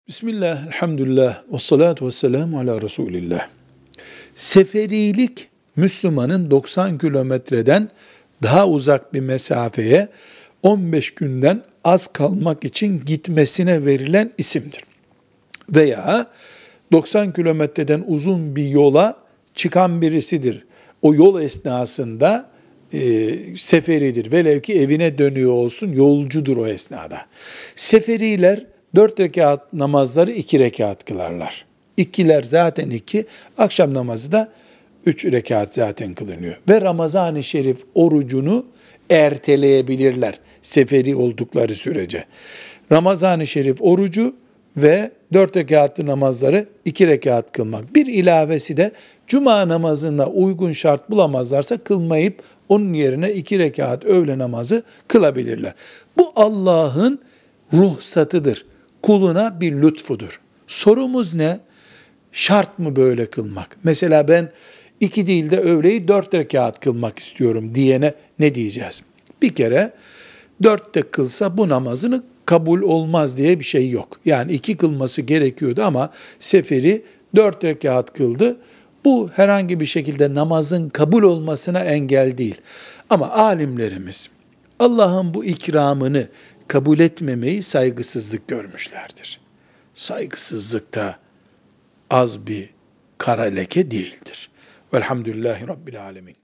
Bismillah, elhamdülillah, ve salatu ve selamu ala Resulillah. Seferilik, Müslümanın 90 kilometreden daha uzak bir mesafeye 15 günden az kalmak için gitmesine verilen isimdir. Veya 90 kilometreden uzun bir yola çıkan birisidir. O yol esnasında seferidir. Velev ki evine dönüyor olsun, yolcudur o esnada. Seferiler 4 rekat namazları 2 rekat kılarlar. İkiler zaten 2, akşam namazı da 3 rekat zaten kılınıyor. Ve Ramazan-ı Şerif orucunu erteleyebilirler seferi oldukları sürece. Ramazan-ı Şerif orucu ve 4 rekatlı namazları 2 rekat kılmak. Bir ilavesi de cuma namazına uygun şart bulamazlarsa kılmayıp onun yerine 2 rekat öğle namazı kılabilirler. Bu Allah'ın ruhsatıdır. Kuluna bir lütfudur. Sorumuz ne? Şart mı böyle kılmak? Mesela ben 2 değil de öğleyi 4 rekat kılmak istiyorum diyene ne diyeceğiz? Bir kere 4'te kılsa bu namazını kabul olmaz diye bir şey yok. Yani 2 kılması gerekiyordu ama seferi 4 rekat kıldı. Bu herhangi bir şekilde namazın kabul olmasına engel değil. Ama alimlerimiz Allah'ın bu ikramını kabul etmemeyi saygısızlık görmüşlerdir. Saygısızlık da az bir kara leke değildir. Velhamdülillahi Rabbil Alemin.